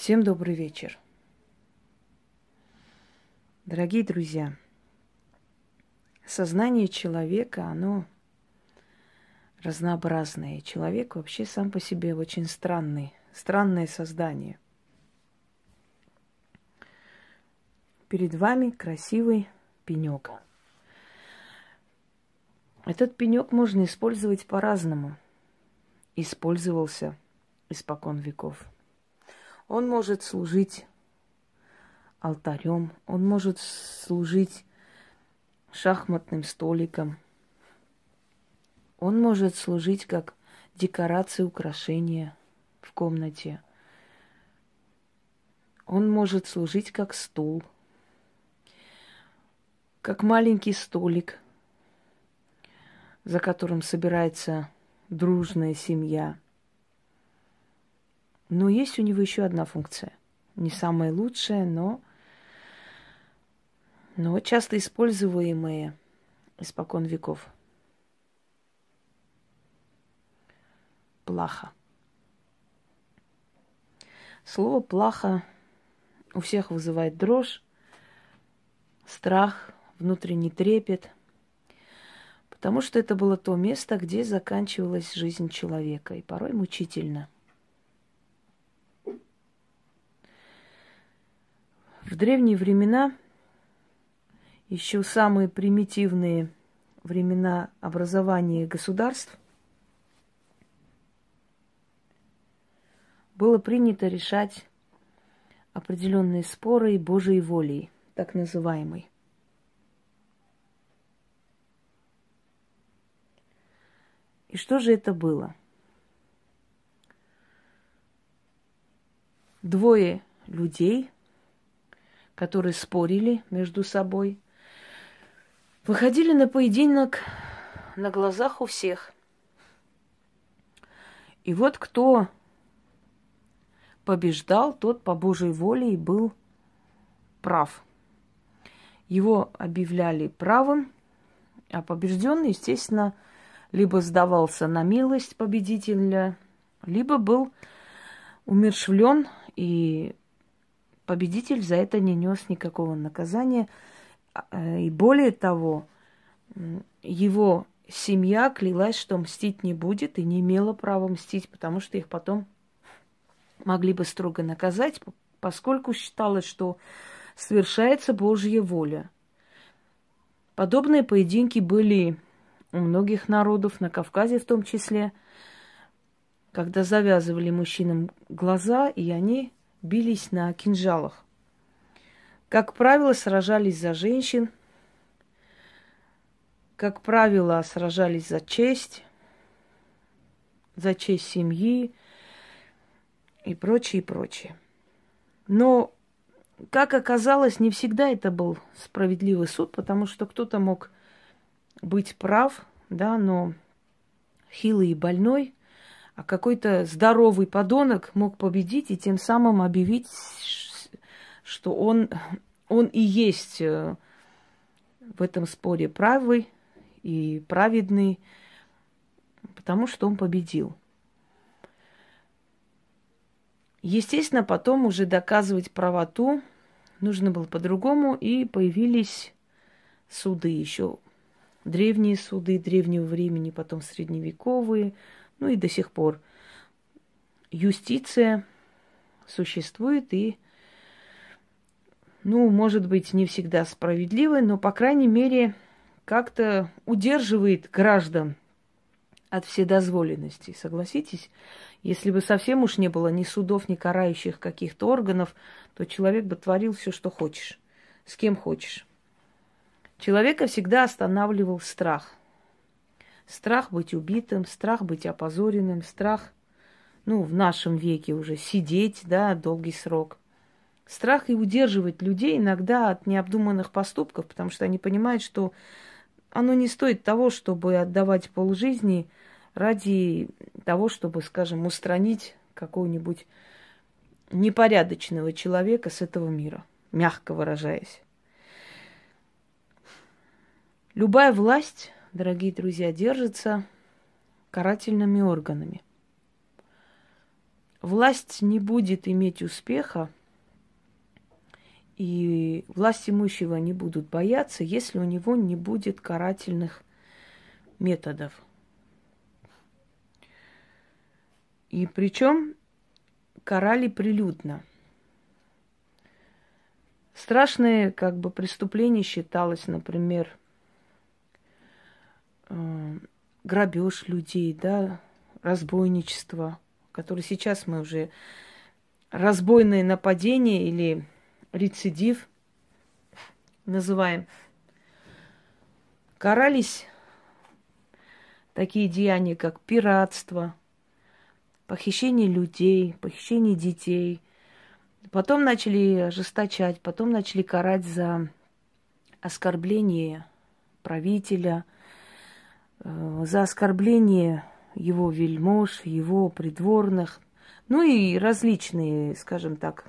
Всем добрый вечер. Дорогие друзья, сознание человека, оно разнообразное. Человек вообще сам по себе очень странное создание. Перед вами красивый пенек. Этот пенек можно использовать по-разному. Использовался испокон веков. Он может служить алтарем, он может служить шахматным столиком, он может служить как декорация, украшение в комнате, он может служить как стул, как маленький столик, за которым собирается дружная семья. Но есть у него еще одна функция. Не самая лучшая, но часто используемая испокон веков. Плаха. Слово «плаха» у всех вызывает дрожь, страх, внутренний трепет, потому что это было то место, где заканчивалась жизнь человека, и порой мучительно. В древние времена, еще самые примитивные времена образования государств, было принято решать определенные споры Божьей волей, так называемой. И что же это было? Двое людей, которые спорили между собой, выходили на поединок на глазах у всех. И вот кто побеждал, тот по Божьей воле и был прав. Его объявляли правым, а побежденный, естественно, либо сдавался на милость победителя, либо был умерщвлен, и победитель за это не нес никакого наказания. И более того, его семья клялась, что мстить не будет, и не имела права мстить, потому что их потом могли бы строго наказать, поскольку считалось, что совершается Божья воля. Подобные поединки были у многих народов, на Кавказе в том числе, когда завязывали мужчинам глаза, и они бились на кинжалах. Как правило, сражались за женщин, как правило, сражались за честь семьи и прочее, и прочее. Но, как оказалось, не всегда это был справедливый суд, потому что кто-то мог быть прав, да, но хилый и больной, а какой-то здоровый подонок мог победить и тем самым объявить, что он и есть в этом споре правый и праведный, потому что он победил. Естественно, потом уже доказывать правоту нужно было по-другому, и появились суды еще. Древние суды древнего времени, потом средневековые, ну и до сих пор. Юстиция существует и, может быть, не всегда справедливая, но, по крайней мере, как-то удерживает граждан от вседозволенности. Согласитесь? Если бы совсем уж не было ни судов, ни карающих каких-то органов, то человек бы творил все, что хочешь, с кем хочешь. Человека всегда останавливал страх. Страх быть убитым, страх быть опозоренным, страх, в нашем веке уже сидеть, да, долгий срок. Страх и удерживает людей иногда от необдуманных поступков, потому что они понимают, что оно не стоит того, чтобы отдавать полжизни ради того, чтобы, скажем, устранить какого-нибудь непорядочного человека с этого мира, мягко выражаясь. Любая власть, дорогие друзья, держится карательными органами. власть не будет иметь успеха, и власть имущего не будут бояться, если у него не будет карательных методов. И причем карали прилюдно. Страшное преступление считалось, например, грабеж людей, да, разбойничество, которое сейчас мы уже разбойное нападение или рецидив называем. Карались такие деяния, как пиратство, похищение людей, похищение детей. Потом начали ожесточать, потом начали карать за оскорбление правителя, за оскорбление его вельмож, его придворных, ну и различные, скажем так,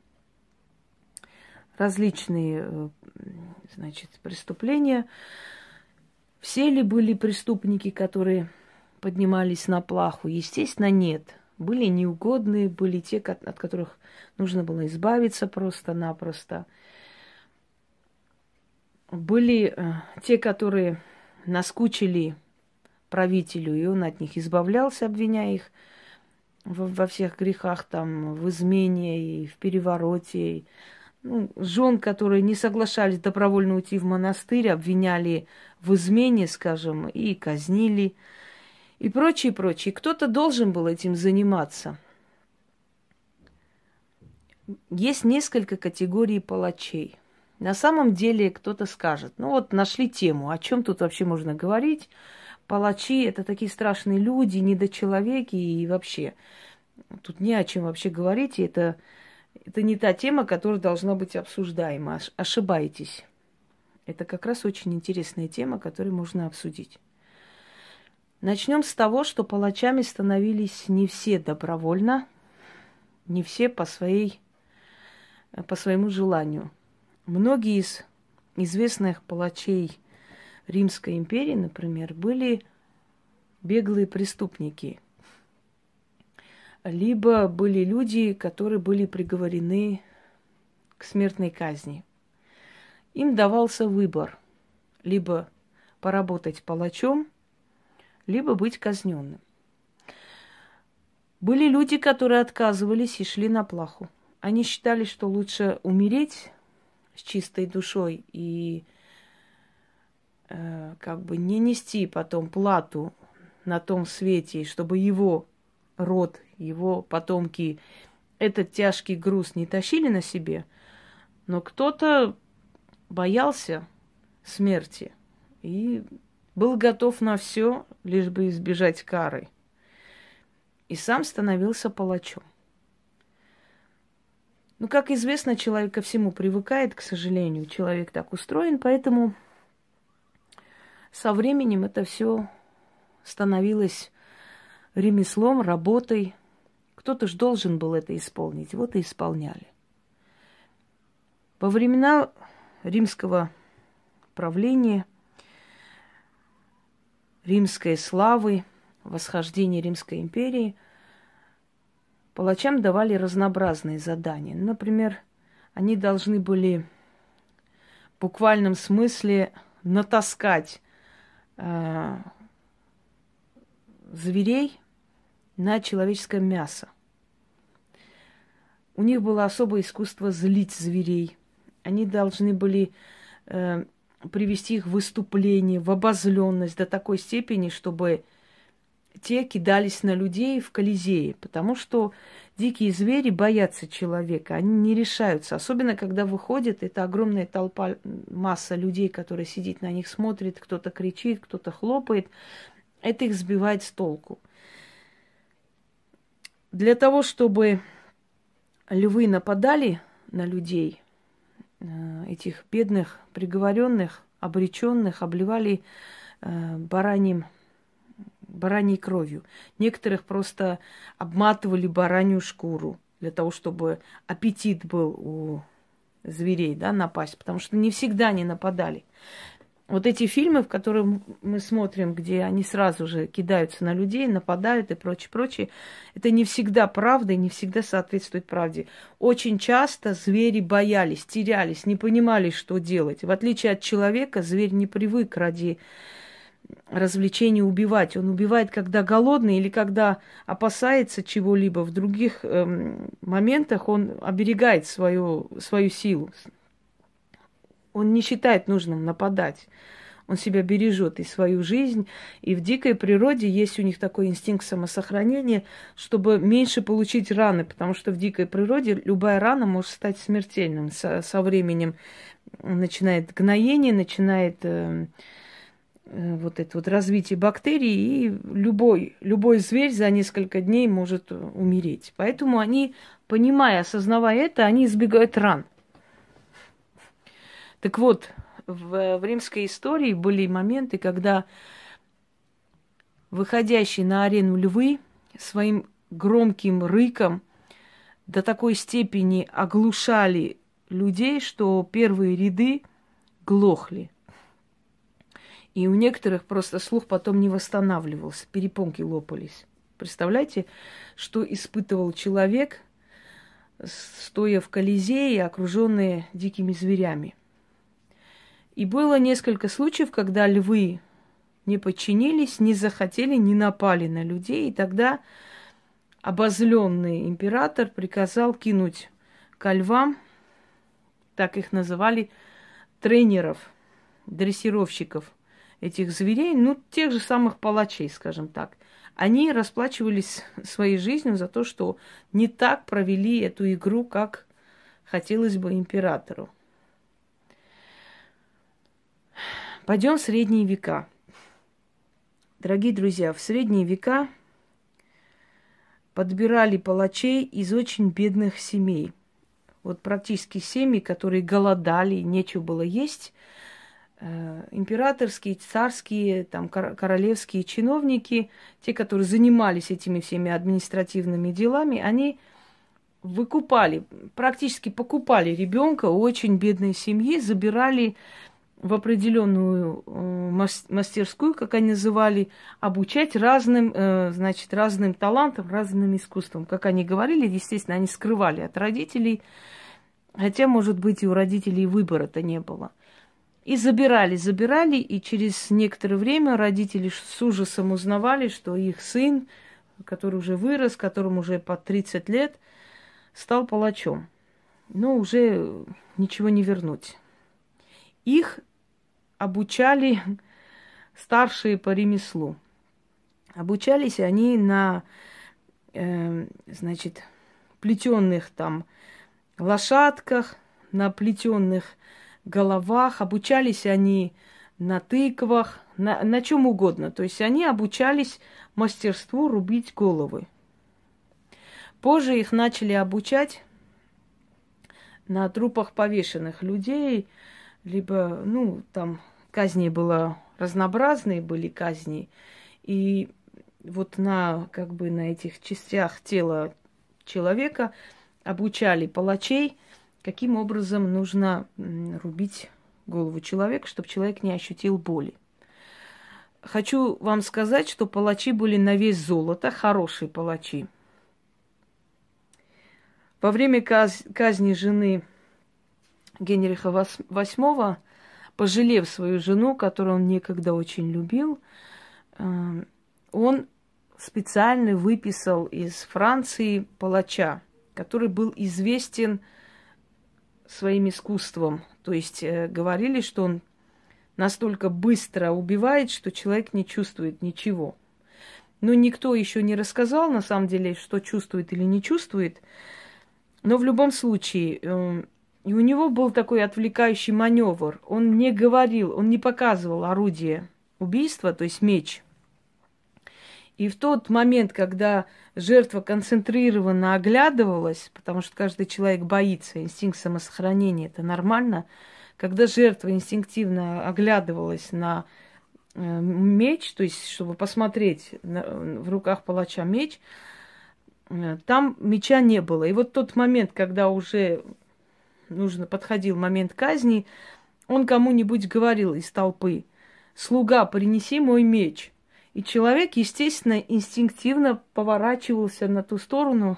преступления. Все ли были преступники, которые поднимались на плаху? Естественно, нет. Были неугодные, были те, от которых нужно было избавиться просто-напросто. Были те, которые наскучили правителю, и он от них избавлялся, обвиняя их во всех грехах, там, в измене и в перевороте. Жен, которые не соглашались добровольно уйти в монастырь, обвиняли в измене, скажем, и казнили. И прочее, прочее. Кто-то должен был этим заниматься. Есть несколько категорий палачей. На самом деле кто-то скажет, нашли тему, о чем тут вообще можно говорить. Палачи – это такие страшные люди, недочеловеки и вообще. Тут не о чем вообще говорить, и это не та тема, которая должна быть обсуждаема. Ошибаетесь. Это как раз очень интересная тема, которую можно обсудить. Начнем с того, что палачами становились не все добровольно, не все по своему желанию. Многие из известных палачей Римской империи, например, были беглые преступники. Либо были люди, которые были приговорены к смертной казни. Им давался выбор: либо поработать палачом, либо быть казненным. Были люди, которые отказывались и шли на плаху. Они считали, что лучше умереть с чистой душой и не нести потом плату на том свете, чтобы его род, его потомки этот тяжкий груз не тащили на себе. Но кто-то боялся смерти и был готов на все, лишь бы избежать кары. И сам становился палачом. Как известно, человек ко всему привыкает, к сожалению. Человек так устроен, поэтому со временем это все становилось ремеслом, работой. Кто-то ж должен был это исполнить, вот и исполняли. Во времена римского правления, римской славы, восхождения Римской империи, палачам давали разнообразные задания. Например, они должны были в буквальном смысле натаскать зверей на человеческое мясо. У них было особое искусство злить зверей. Они должны были привести их в выступление, в обозленность до такой степени, чтобы те кидались на людей в Колизее, потому что дикие звери боятся человека, они не решаются. Особенно, когда выходят, это огромная толпа, масса людей, которые сидит на них, смотрит, кто-то кричит, кто-то хлопает. Это их сбивает с толку. Для того, чтобы львы нападали на людей, этих бедных, приговоренных, обреченных, обливали бараньей кровью. Некоторых просто обматывали баранью шкуру для того, чтобы аппетит был у зверей, да, напасть, потому что не всегда они нападали. Вот эти фильмы, в которые мы смотрим, где они сразу же кидаются на людей, нападают и прочее, прочее, это не всегда правда и не всегда соответствует правде. Очень часто звери боялись, терялись, не понимали, что делать. В отличие от человека, зверь не привык ради развлечения убивать. Он убивает, когда голодный или когда опасается чего-либо. В других моментах он оберегает свою силу. Он не считает нужным нападать. Он себя бережет и свою жизнь. И в дикой природе есть у них такой инстинкт самосохранения, чтобы меньше получить раны. Потому что в дикой природе любая рана может стать смертельным. Со временем начинает гноение, начинает вот это вот развитие бактерий. И любой зверь за несколько дней может умереть. Поэтому они, понимая, осознавая это, они избегают ран. Так вот, в римской истории были моменты, когда выходящие на арену львы своим громким рыком до такой степени оглушали людей, что первые ряды глохли. И у некоторых просто слух потом не восстанавливался, перепонки лопались. Представляете, что испытывал человек, стоя в Колизее, окруженный дикими зверями. И было несколько случаев, когда львы не подчинились, не захотели, не напали на людей. И тогда обозленный император приказал кинуть ко львам, так их называли, тренеров, дрессировщиков этих зверей, ну, тех же самых палачей, скажем так. Они расплачивались своей жизнью за то, что не так провели эту игру, как хотелось бы императору. Пойдем в средние века. Дорогие друзья, в средние века подбирали палачей из очень бедных семей. Вот практически семьи, которые голодали, нечего было есть. Императорские, царские, там, королевские чиновники, те, которые занимались этими всеми административными делами, они выкупали, практически покупали ребенка у очень бедной семьи, забирали в определенную мастерскую, как они называли, обучать разным талантам, разным искусствам. Как они говорили, естественно, они скрывали от родителей, хотя, может быть, и у родителей выбора-то не было. И забирали, и через некоторое время родители с ужасом узнавали, что их сын, который уже вырос, которому уже по 30 лет, стал палачом. Но уже ничего не вернуть. Их обучали старшие по ремеслу. Обучались они на, плетенных там лошадках, на плетенных головах. Обучались они на тыквах, на чем угодно. То есть они обучались мастерству рубить головы. Позже их начали обучать на трупах повешенных людей, либо, там казни было разнообразные, были казни. И вот на этих частях тела человека обучали палачей, каким образом нужно рубить голову человека, чтобы человек не ощутил боли. Хочу вам сказать, что палачи были на вес золота, хорошие палачи. Во время казни жены Генриха VIII, пожалев свою жену, которую он некогда очень любил, он специально выписал из Франции палача, который был известен своим искусством. То есть говорили, что он настолько быстро убивает, что человек не чувствует ничего. Но никто еще не рассказал, на самом деле, что чувствует или не чувствует. Но в любом случае, и у него был такой отвлекающий маневр. Он не говорил, он не показывал орудие убийства, то есть меч. И в тот момент, когда жертва концентрированно оглядывалась, потому что каждый человек боится, инстинкт самосохранения, это нормально, когда жертва инстинктивно оглядывалась на меч, то есть чтобы посмотреть в руках палача меч, там меча не было. И вот тот момент, когда уже подходил момент казни, он кому-нибудь говорил из толпы: «Слуга, принеси мой меч». И человек, естественно, инстинктивно поворачивался на ту сторону,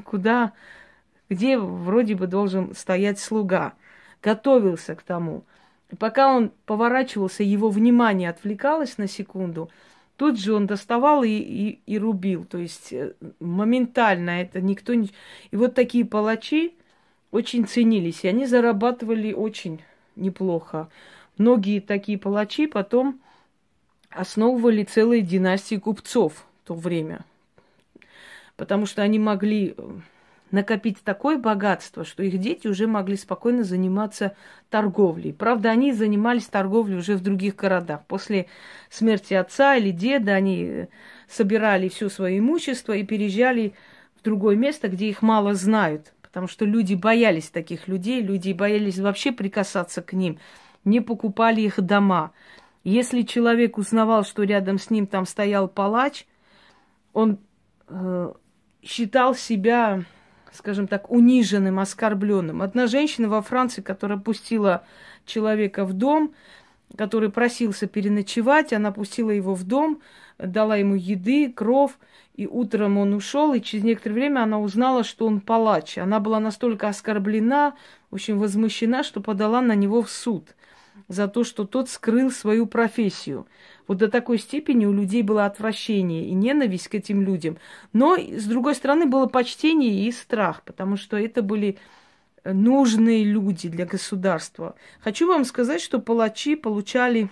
где вроде бы должен стоять слуга. Готовился к тому. И пока он поворачивался, его внимание отвлекалось на секунду, тут же он доставал и рубил. То есть моментально это никто не... И вот такие палачи очень ценились, и они зарабатывали очень неплохо. Многие такие палачи потом основывали целые династии купцов в то время. Потому что они могли накопить такое богатство, что их дети уже могли спокойно заниматься торговлей. Правда, они занимались торговлей уже в других городах. После смерти отца или деда они собирали все свое имущество и переезжали в другое место, где их мало знают. Потому что люди боялись таких людей, люди боялись вообще прикасаться к ним, не покупали их дома. Если человек узнавал, что рядом с ним там стоял палач, он считал себя, скажем так, униженным, оскорбленным. Одна женщина во Франции, которая пустила человека в дом, который просился переночевать, она пустила его в дом, дала ему еды, кров, и утром он ушел, и через некоторое время она узнала, что он палач. Она была настолько оскорблена, очень возмущена, что подала на него в суд за то, что тот скрыл свою профессию. Вот до такой степени у людей было отвращение и ненависть к этим людям. Но, с другой стороны, было почтение и страх, потому что это были нужные люди для государства. Хочу вам сказать, что палачи получали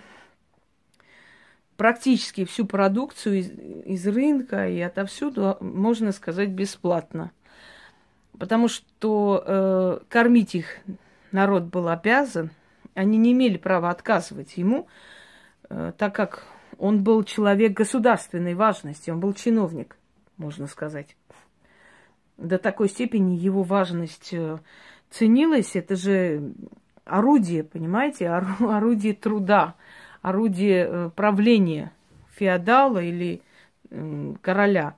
практически всю продукцию из рынка и отовсюду, можно сказать, бесплатно. Потому что кормить их народ был обязан. Они не имели права отказывать ему, так как он был человек государственной важности, он был чиновник, можно сказать. До такой степени его важность ценилась. Это же орудие, понимаете, орудие труда, орудие правления феодала или короля.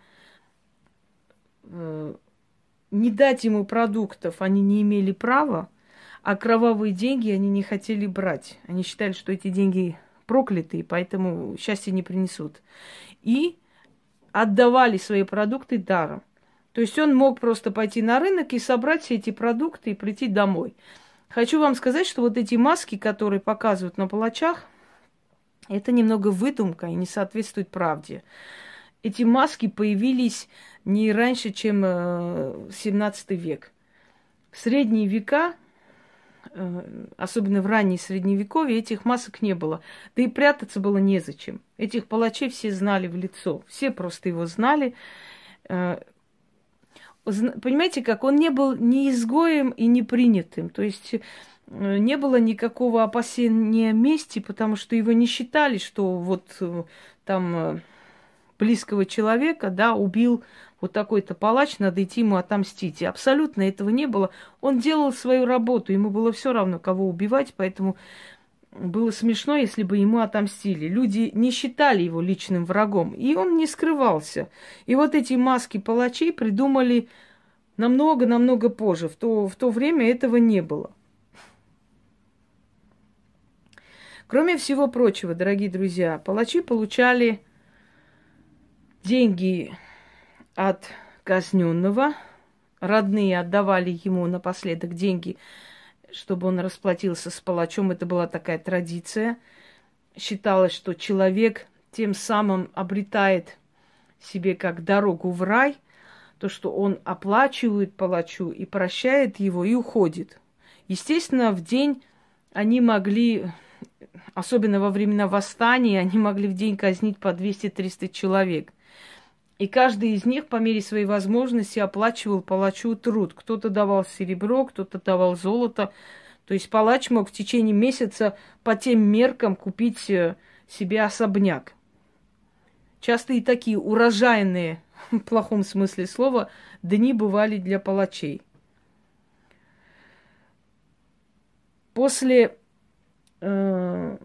Не дать ему продуктов они не имели права, а кровавые деньги они не хотели брать. Они считали, что эти деньги проклятые, поэтому счастья не принесут. И отдавали свои продукты даром. То есть он мог просто пойти на рынок и собрать все эти продукты и прийти домой. Хочу вам сказать, что вот эти маски, которые показывают на палачах, это немного выдумка и не соответствует правде. Эти маски появились не раньше, чем 17 век. В средние века, особенно в раннее средневековье, этих масок не было. Да и прятаться было незачем. Этих палачей все знали в лицо. Все просто его знали. Понимаете, как он не был ни изгоем и не принятым. То есть не было никакого опасения мести, потому что его не считали, что вот там близкого человека, да, убил вот такой-то палач, надо идти ему отомстить. И абсолютно этого не было. Он делал свою работу, ему было все равно, кого убивать, поэтому было смешно, если бы ему отомстили. Люди не считали его личным врагом, и он не скрывался. И вот эти маски палачей придумали намного-намного позже. В то время этого не было. Кроме всего прочего, дорогие друзья, палачи получали деньги от казненного. Родные отдавали ему напоследок деньги, чтобы он расплатился с палачом. Это была такая традиция. Считалось, что человек тем самым обретает себе как дорогу в рай, то, что он оплачивает палачу и прощает его, и уходит. Естественно, в день они могли, особенно во времена восстания, они могли в день казнить по 200-300 человек. И каждый из них по мере своей возможности оплачивал палачу труд. Кто-то давал серебро, кто-то давал золото. То есть палач мог в течение месяца по тем меркам купить себе особняк. Часто и такие урожайные, в плохом смысле слова, дни бывали для палачей. После XVI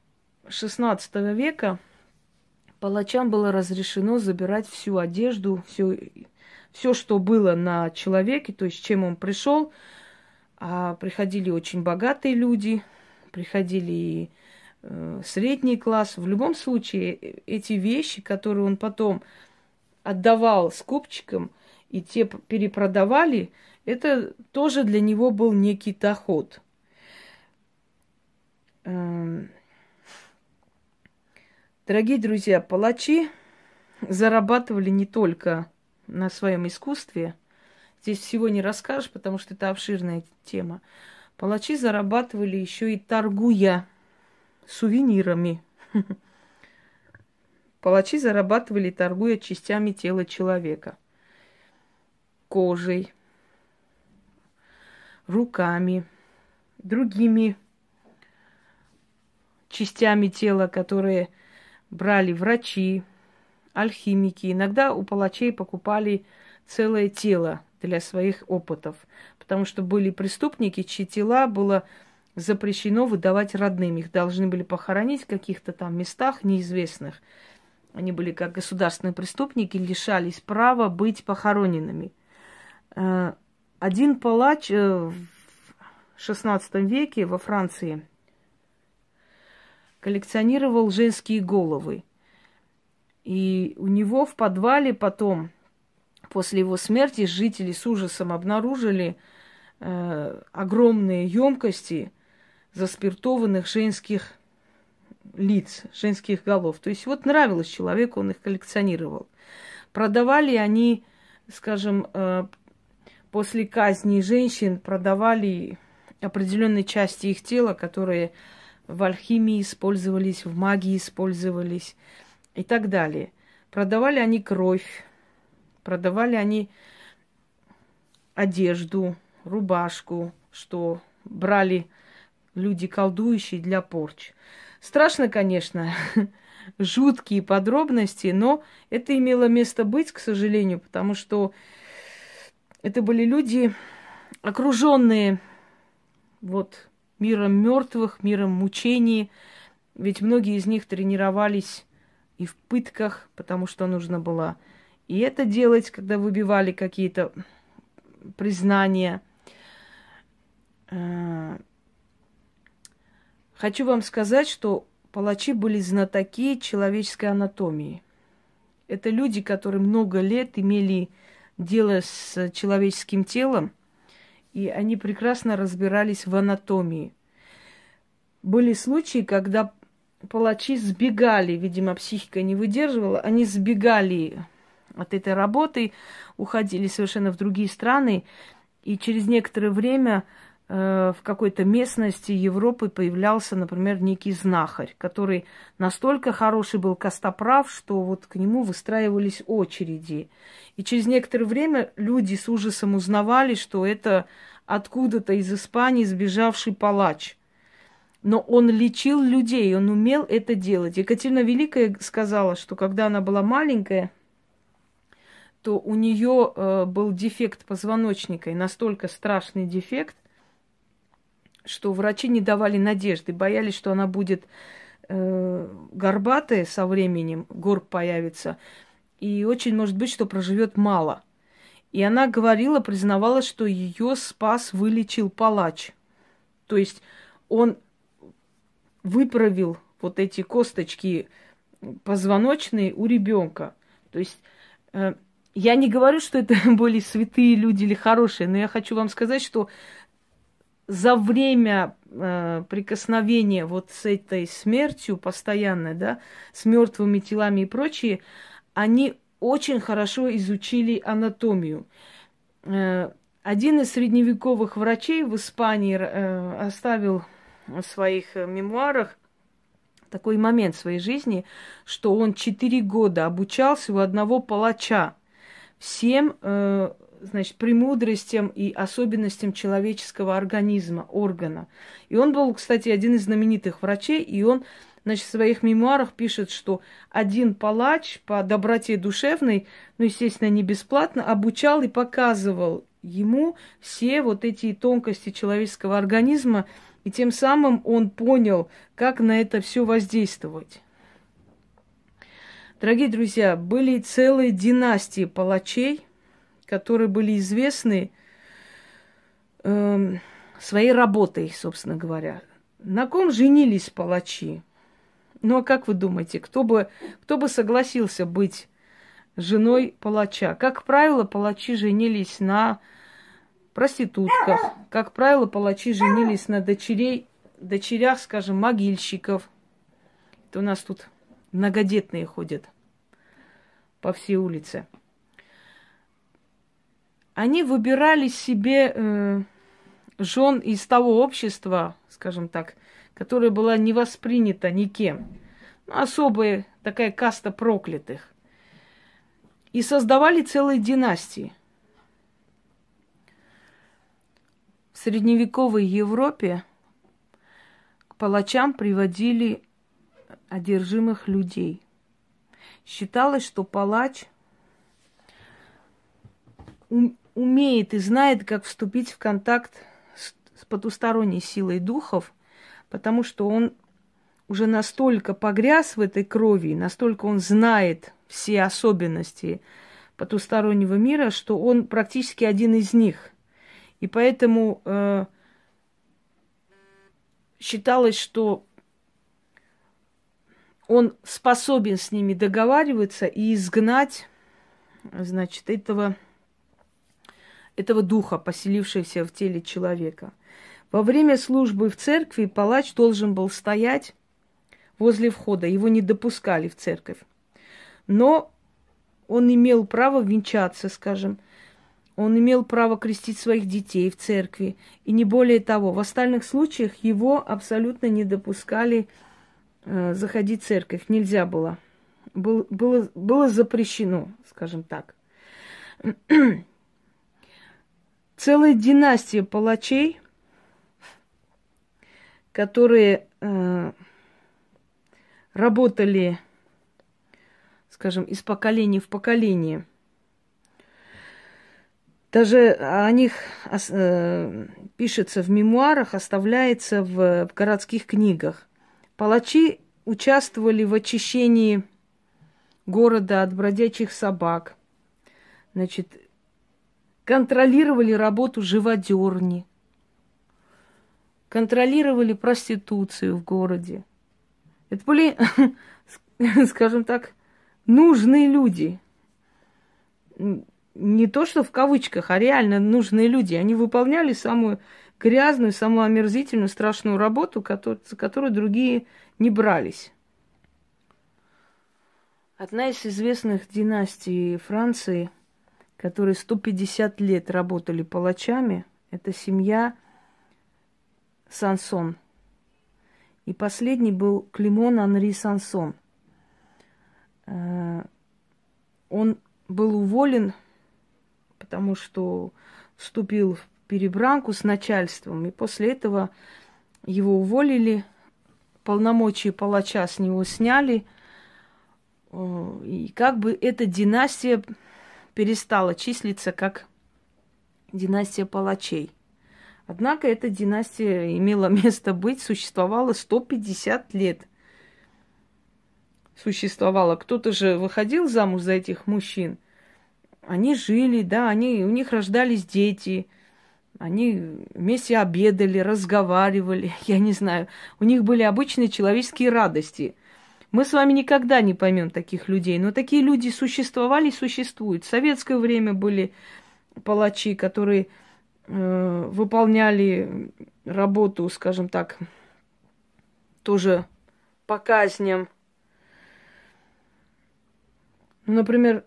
века палачам было разрешено забирать всю одежду, все, что было на человеке, то есть чем он пришел. А приходили очень богатые люди, приходили и средний класс. В любом случае, эти вещи, которые он потом отдавал скупщикам, и те перепродавали, это тоже для него был некий доход. Дорогие друзья, палачи зарабатывали не только на своем искусстве. Здесь всего не расскажешь, потому что это обширная тема. Палачи зарабатывали еще и торгуя сувенирами. Палачи зарабатывали, торгуя частями тела человека. Кожей, руками, другими частями тела, которые брали врачи, алхимики. Иногда у палачей покупали целое тело для своих опытов, потому что были преступники, чьи тела было запрещено выдавать родным. Их должны были похоронить в каких-то там местах неизвестных. Они были как государственные преступники, лишались права быть похороненными. Один палач в XVI веке во Франции коллекционировал женские головы. И у него в подвале потом, после его смерти, жители с ужасом обнаружили огромные емкости заспиртованных женских лиц, женских голов. То есть вот нравилось человеку, он их коллекционировал. Продавали они, скажем, после казни женщин, продавали определенные части их тела, которые в алхимии использовались, в магии использовались и так далее. Продавали они кровь, продавали они одежду, рубашку, что брали люди колдующие для порч. Страшно, конечно, жуткие подробности, но это имело место быть, к сожалению, потому что это были люди, окруженные вот миром мертвых, миром мучений. Ведь многие из них тренировались и в пытках, потому что нужно было и это делать, когда выбивали какие-то признания. Хочу вам сказать, что палачи были знатоки человеческой анатомии. Это люди, которые много лет имели дело с человеческим телом, и они прекрасно разбирались в анатомии. Были случаи, когда палачи сбегали, видимо, психика не выдерживала, они сбегали от этой работы, уходили совершенно в другие страны, и через некоторое время в какой-то местности Европы появлялся, например, некий знахарь, который настолько хороший был костоправ, что вот к нему выстраивались очереди. И через некоторое время люди с ужасом узнавали, что это откуда-то из Испании сбежавший палач. Но он лечил людей, он умел это делать. Екатерина Великая сказала, что когда она была маленькая, то у нее был дефект позвоночника, и настолько страшный дефект, что врачи не давали надежды, боялись, что она будет горбатая со временем, горб появится, и очень может быть, что проживет мало. И она говорила, признавала, что ее спас, вылечил палач. То есть он выправил вот эти косточки позвоночные у ребенка. То есть я не говорю, что это были святые люди или хорошие, но я хочу вам сказать, что за время прикосновения вот с этой смертью постоянной, да, с мертвыми телами и прочее, они очень хорошо изучили анатомию. Один из средневековых врачей в Испании оставил в своих мемуарах такой момент в своей жизни, что он 4 года обучался у одного палача всем значит, премудростям и особенностям человеческого организма, органа. И он был, кстати, один из знаменитых врачей, и он, значит, в своих мемуарах пишет, что один палач по доброте душевной, ну, естественно, не бесплатно, обучал и показывал ему все вот эти тонкости человеческого организма, и тем самым он понял, как на это все воздействовать. Дорогие друзья, были целые династии палачей, которые были известны своей работой, собственно говоря. На ком женились палачи? Ну, а как вы думаете, кто бы согласился быть женой палача? Как правило, палачи женились на проститутках. Как правило, палачи женились на дочерях, скажем, могильщиков. Это у нас тут многодетные ходят по всей улице. Они выбирали себе жен из того общества, скажем так, которое было не воспринято никем. Особая такая каста проклятых. И создавали целые династии. В средневековой Европе к палачам приводили одержимых людей. Считалось, что палач умеет и знает, как вступить в контакт с потусторонней силой духов, потому что он уже настолько погряз в этой крови, настолько он знает все особенности потустороннего мира, что он практически один из них. И поэтому считалось, что он способен с ними договариваться и изгнать, значит, этого духа, поселившегося в теле человека. Во время службы в церкви палач должен был стоять возле входа. Его не допускали в церковь. Но он имел право венчаться, скажем. Он имел право крестить своих детей в церкви. И не более того. В остальных случаях его абсолютно не допускали заходить в церковь. Нельзя было. Было запрещено, скажем так. Целая династия палачей, которые работали, скажем, из поколения в поколение. Даже о них пишется в мемуарах, оставляется в городских книгах. Палачи участвовали в очищении города от бродячих собак. Значит, контролировали работу живодерни, контролировали проституцию в городе. Это были, скажем так, нужные люди. Не то, что в кавычках, а реально нужные люди. Они выполняли самую грязную, самую омерзительную, страшную работу, за которую другие не брались. Одна из известных династий Франции, которые 150 лет работали палачами, это семья Сансон. И последний был Климон Анри Сансон. Он был уволен, потому что вступил в перебранку с начальством. И после этого его уволили, полномочия палача с него сняли. И как бы эта династия перестала числиться как династия палачей. Однако эта династия имела место быть, существовала 150 лет. Существовала. Кто-то же выходил замуж за этих мужчин. Они жили, да, у них рождались дети. Они вместе обедали, разговаривали, я не знаю. У них были обычные человеческие радости. Мы с вами никогда не поймем таких людей, но такие люди существовали и существуют. В советское время были палачи, которые выполняли работу, скажем так, тоже по казням. Например,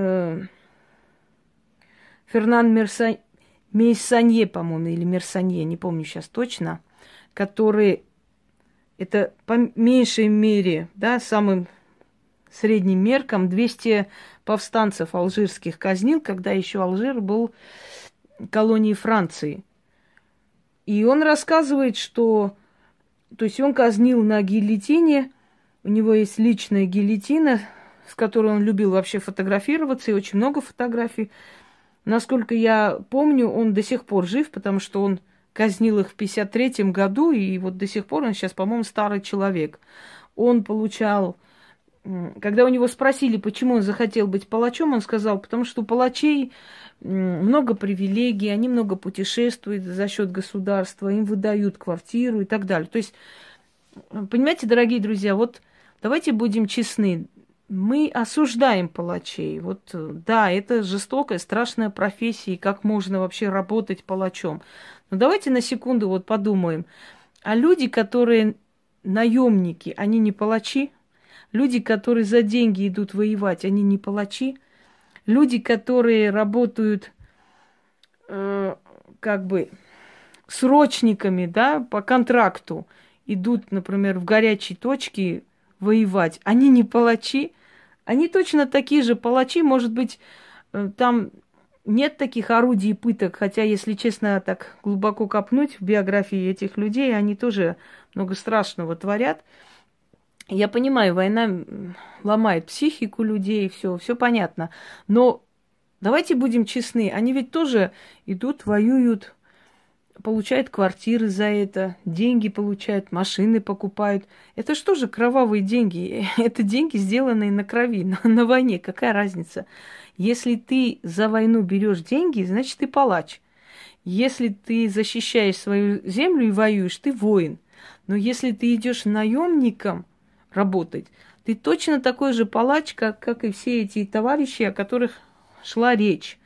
Фернан Мейсанье, по-моему, или Мерсанье, не помню сейчас точно, который, это по меньшей мере, да, самым средним меркам 200 повстанцев алжирских казнил, когда еще Алжир был колонией Франции. И он рассказывает, что, то есть он казнил на гильотине, у него есть личная гильотина, с которой он любил вообще фотографироваться, и очень много фотографий. Насколько я помню, он до сих пор жив, потому что он казнил их в 1953 году, и вот до сих пор он сейчас, по-моему, старый человек. Он получал когда у него спросили, почему он захотел быть палачом, он сказал, потому что у палачей много привилегий, они много путешествуют за счет государства, им выдают квартиру и так далее. То есть, понимаете, дорогие друзья, вот давайте будем честны. Мы осуждаем палачей. Вот да, это жестокая, страшная профессия, и как можно вообще работать палачом. Но давайте на секунду вот подумаем. А люди, которые наемники, они не палачи? Люди, которые за деньги идут воевать, они не палачи? Люди, которые работают как бы срочниками, да, по контракту, идут, например, в горячие точки воевать, они не палачи? Они точно такие же палачи, может быть, там нет таких орудий пыток, хотя, если честно, так глубоко копнуть в биографии этих людей, они тоже много страшного творят. Я понимаю, война ломает психику людей, все понятно. Но давайте будем честны, они ведь тоже идут, воюют, получают квартиры за это, деньги получают, машины покупают. Это что же кровавые деньги? Это деньги, сделанные на крови, на войне. Какая разница? Если ты за войну берешь деньги, значит, ты палач. Если ты защищаешь свою землю и воюешь, ты воин. Но если ты идешь наемником работать, ты точно такой же палач, как и все эти товарищи, о которых шла речь.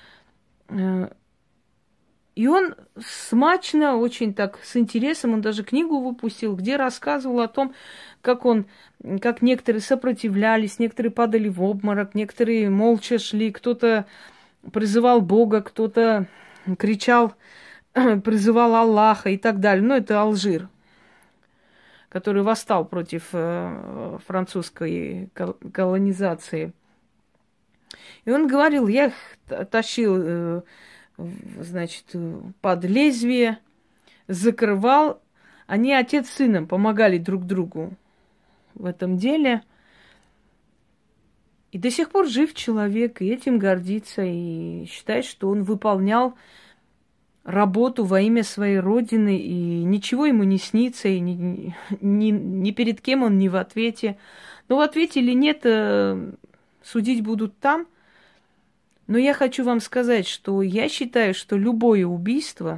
И он смачно, очень так с интересом, он даже книгу выпустил, где рассказывал о том, как некоторые сопротивлялись, некоторые падали в обморок, некоторые молча шли, кто-то призывал Бога, кто-то кричал, призывал Аллаха и так далее. Ну, это Алжир, который восстал против французской колонизации. И он говорил, я их тащил, значит, под лезвие, закрывал. Они отец с сыном помогали друг другу в этом деле. И до сих пор жив человек, и этим гордится, и считает, что он выполнял работу во имя своей родины, и ничего ему не снится, и ни перед кем он не в ответе. Но в ответе или нет, судить будут там. Но я хочу вам сказать, что я считаю, что любое убийство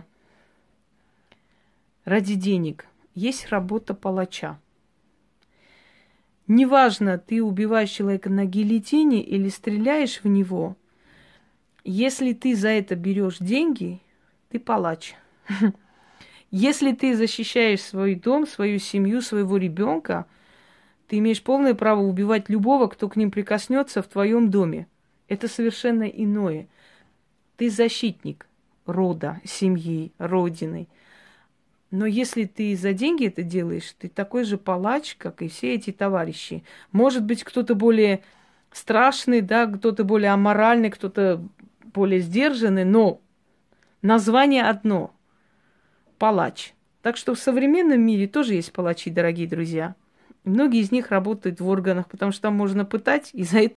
ради денег есть работа палача. Неважно, ты убиваешь человека на гильотине или стреляешь в него, если ты за это берешь деньги, ты палач. Если ты защищаешь свой дом, свою семью, своего ребенка, ты имеешь полное право убивать любого, кто к ним прикоснется в твоем доме. Это совершенно иное. Ты защитник рода, семьи, родины. Но если ты за деньги это делаешь, ты такой же палач, как и все эти товарищи. Может быть, кто-то более страшный, да, кто-то более аморальный, кто-то более сдержанный, но название одно – палач. Так что в современном мире тоже есть палачи, дорогие друзья. Многие из них работают в органах, потому что там можно пытать, и за это